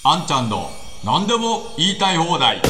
あんちゃんの何でも言いたい放題。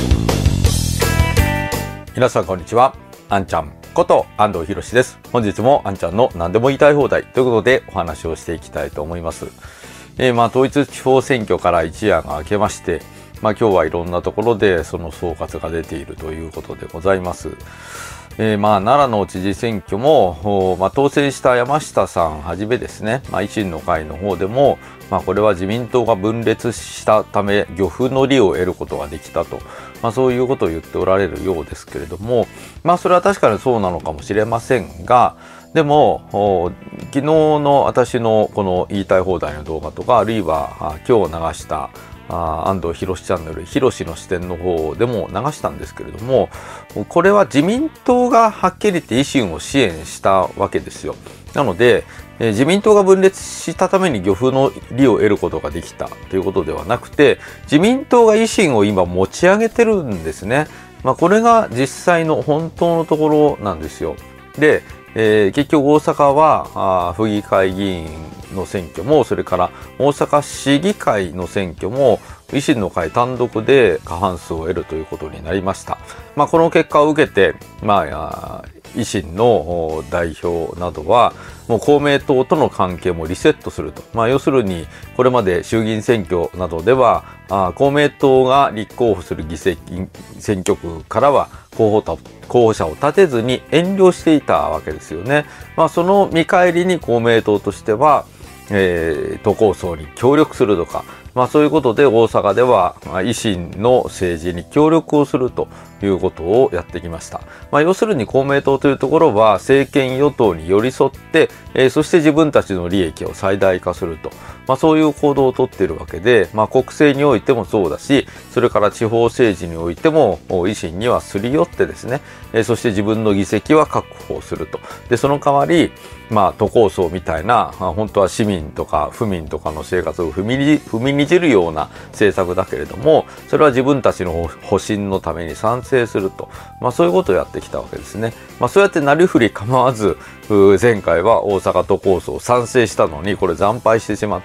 皆さんこんにちは。あんちゃんこと安藤博です。本日もあんちゃんの何でも言いたい放題ということでお話をしていきたいと思います。統一地方選挙から一夜が明けまして、今日はいろんなところでその総括が出ているということでございます。奈良の知事選挙も、当選した山下さんはじめですね、維新の会の方でも、これは自民党が分裂したため漁夫の利を得ることができたと、そういうことを言っておられるようですけれども、それは確かにそうなのかもしれませんが、でも昨日の私のこの言いたい放題の動画とか、あるいは今日流した安藤博チャンネル博の視点の方でも流したんですけれども、これは自民党がはっきり言って維新を支援したわけですよ。なので自民党が分裂したために漁夫の利を得ることができたということではなくて、自民党が維新を今持ち上げてるんですね。これが実際の本当のところなんですよ。で、結局大阪は府議会議員の選挙も、それから大阪市議会の選挙も維新の会単独で過半数を得るということになりました。この結果を受けて、維新の代表などはもう公明党との関係もリセットすると。要するにこれまで衆議院選挙などでは公明党が立候補する議席選挙区からは候補者を立てずに遠慮していたわけですよね。その見返りに公明党としては都構想に協力するとか、そういうことで大阪では維新の政治に協力をするということをやってきました。要するに公明党というところは政権与党に寄り添って、そして自分たちの利益を最大化すると、そういう行動をとっているわけで、国政においてもそうだし、それから地方政治においても維新にはすり寄ってですね、そして自分の議席は確保すると。で、その代わり都構想みたいな本当は市民とか府民とかの生活を踏みにじるような政策だけれども、それは自分たちの保身のために賛成すると、そういうことをやってきたわけですね。そうやってなりふり構わず前回は大阪都構想賛成したのにこれ惨敗してしまって、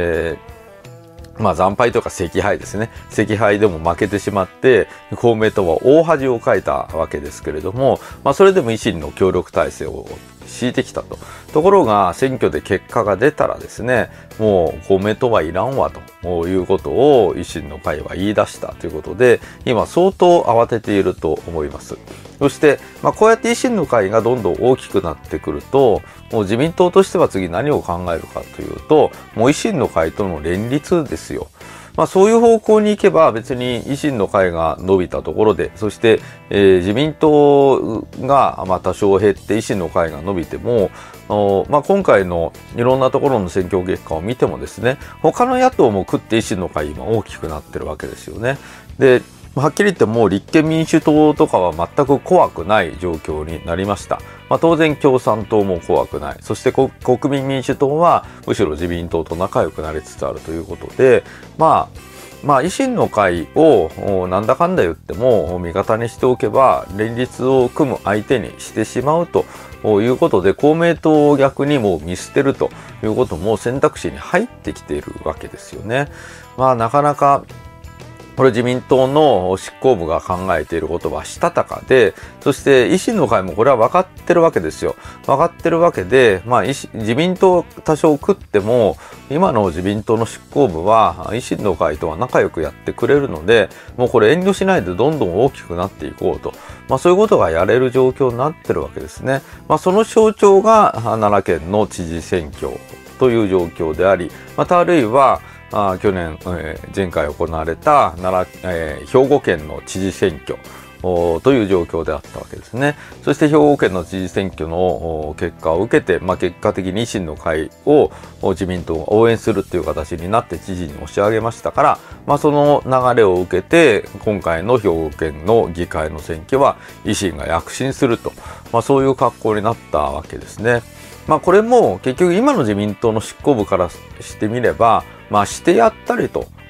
惨敗というか惜敗ですね。惜敗でも負けてしまって、公明党は大恥をかいたわけですけれども、それでも維新の協力体制を敷いてきたと。ところが選挙で結果が出たらですね、もう公明党はいらんわということを維新の会は言い出したということで、今相当慌てていると思います。そして、こうやって維新の会がどんどん大きくなってくると、もう自民党としては次何を考えるかというと、もう維新の会との連立ですよ。そういう方向に行けば別に維新の会が伸びたところで、そして、自民党が多少減って維新の会が伸びても、今回のいろんなところの選挙結果を見てもですね、他の野党も食って維新の会今大きくなってるわけですよね。で、はっきり言ってもう立憲民主党とかは全く怖くない状況になりました。当然共産党も怖くない。そして国民民主党はむしろ自民党と仲良くなりつつあるということで、維新の会をなんだかんだ言っても味方にしておけば連立を組む相手にしてしまうということで、公明党を逆にもう見捨てるということも選択肢に入ってきているわけですよね。なかなかこれ自民党の執行部が考えていることはしたたかで、そして維新の会もこれは分かってるわけですよ。分かってるわけで、自民党多少食っても、今の自民党の執行部は維新の会とは仲良くやってくれるので、もうこれ遠慮しないでどんどん大きくなっていこうと。そういうことがやれる状況になってるわけですね。その象徴が奈良県の知事選挙という状況であり、またあるいは去年、前回行われた兵庫県の知事選挙という状況であったわけですね。そして兵庫県の知事選挙の結果を受けて、結果的に維新の会を自民党が応援するという形になって知事に押し上げましたから、その流れを受けて今回の兵庫県の議会の選挙は維新が躍進すると、そういう格好になったわけですね。これも結局今の自民党の執行部からしてみれば、してやったりと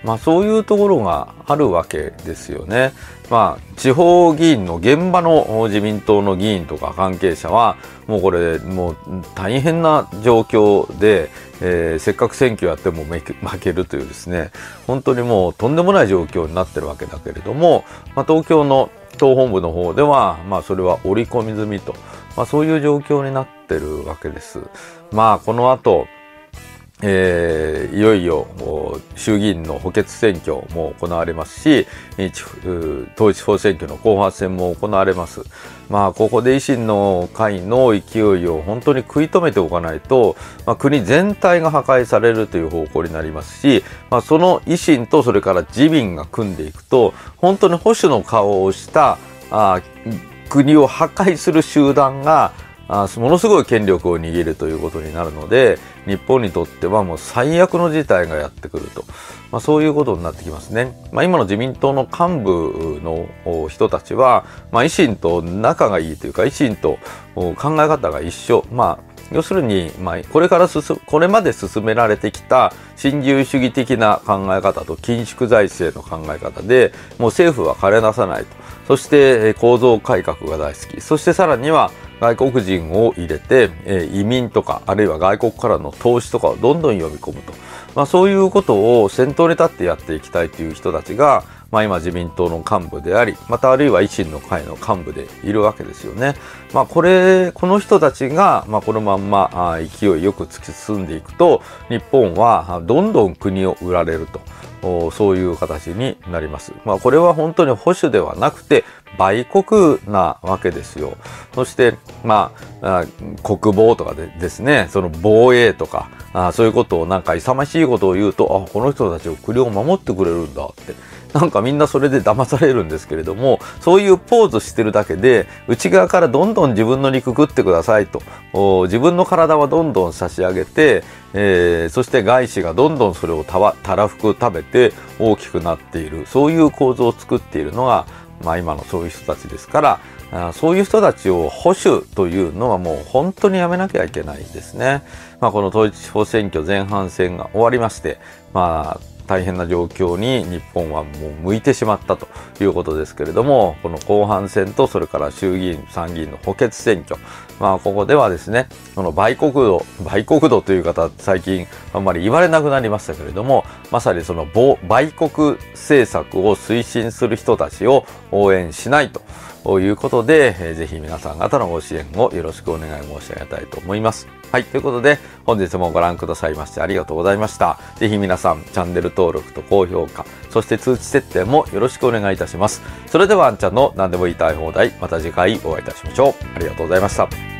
そういうところがあるわけですよね。地方議員の現場の自民党の議員とか関係者はもうこれもう大変な状況で、せっかく選挙やっても負けるというですね、本当にもうとんでもない状況になってるわけだけれども、東京の党本部の方ではそれは織り込み済みと、そういう状況になってるわけです。この後いよいよ衆議院の補欠選挙も行われますし、統一地方選挙の後半戦も行われます。ここで維新の会の勢いを本当に食い止めておかないと、国全体が破壊されるという方向になりますし、その維新とそれから自民が組んでいくと、本当に保守の顔をした国を破壊する集団がものすごい権力を握るということになるので、日本にとってはもう最悪の事態がやってくると、そういうことになってきますね。今の自民党の幹部の人たちは、維新と仲がいいというか、維新と考え方が一緒。要するに、これまで進められてきた新自由主義的な考え方と緊縮財政の考え方で、もう政府は枯れなさないと。そして構造改革が大好き。そしてさらには外国人を入れて、移民とか、あるいは外国からの投資とかをどんどん呼び込むと。そういうことを先頭に立ってやっていきたいという人たちが、今自民党の幹部であり、またあるいは維新の会の幹部でいるわけですよね。この人たちが、このまんま勢いよく突き進んでいくと、日本はどんどん国を売られると、そういう形になります。これは本当に保守ではなくて売国なわけですよ。そして国防とかでですね、その防衛とかそういうことを勇ましいことを言うと、この人たちを国を守ってくれるんだってみんなそれで騙されるんですけれども、そういうポーズしてるだけで内側からどんどん自分の肉食ってくださいと、自分の体はどんどん差し上げて、そして外資がどんどんそれをたらふく食べて大きくなっている、そういう構造を作っているのが、今のそういう人たちですから、そういう人たちを保守というのはもう本当にやめなきゃいけないですね。この統一地方選挙前半戦が終わりまして、大変な状況に日本はもう向いてしまったということですけれども、この後半戦とそれから衆議院参議院の補欠選挙、ここではですね、この売国度という方最近あんまり言われなくなりましたけれども、まさにその売国政策を推進する人たちを応援しないということで、ぜひ皆さん方のご支援をよろしくお願い申し上げたいと思います。はい、ということで本日もご覧くださいましてありがとうございました。ぜひ皆さんチャンネル登録と高評価、そして通知設定もよろしくお願いいたします。それではあんちゃんの何でも言いたい放題、また次回お会いいたしましょう。ありがとうございました。